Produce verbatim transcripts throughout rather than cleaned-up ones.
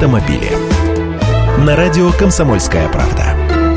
автомобили. На радио «Комсомольская правда».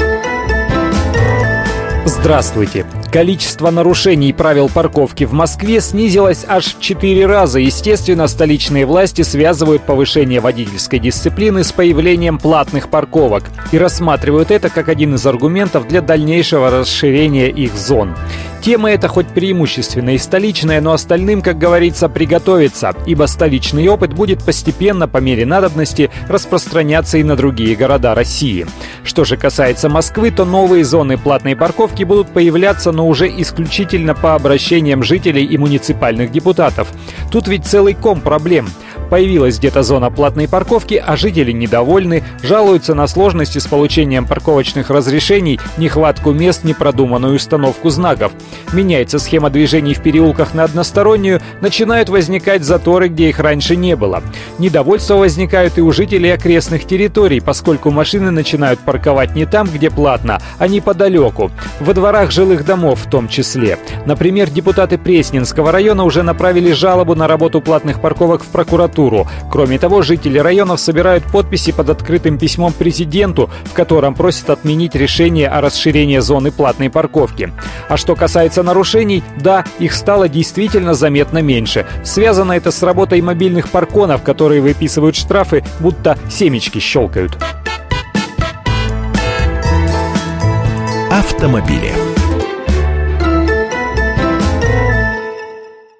Здравствуйте. Количество нарушений правил парковки в Москве снизилось аж в четыре раза. Естественно, столичные власти связывают повышение водительской дисциплины с появлением платных парковок и рассматривают это как один из аргументов для дальнейшего расширения их зон. Тема эта хоть преимущественно и столичная, но остальным, как говорится, приготовиться, ибо столичный опыт будет постепенно, по мере надобности, распространяться и на другие города России. Что же касается Москвы, то новые зоны платной парковки будут появляться, но уже исключительно по обращениям жителей и муниципальных депутатов. Тут ведь целый ком проблем. Появилась где-то зона платной парковки, а жители недовольны, жалуются на сложности с получением парковочных разрешений, нехватку мест, непродуманную установку знаков. Меняется схема движений в переулках на одностороннюю, начинают возникать заторы, где их раньше не было. Недовольства возникают и у жителей окрестных территорий, поскольку машины начинают парковать не там, где платно, а неподалеку, во дворах жилых домов в том числе. Например, депутаты Пресненского района уже направили жалобу на работу платных парковок в прокуратуру. Кроме того, жители районов собирают подписи под открытым письмом президенту, в котором просят отменить решение о расширении зоны платной парковки. А что касается нарушений, да, их стало действительно заметно меньше. Связано это с работой мобильных парконов, которые выписывают штрафы, будто семечки щелкают. Автомобили.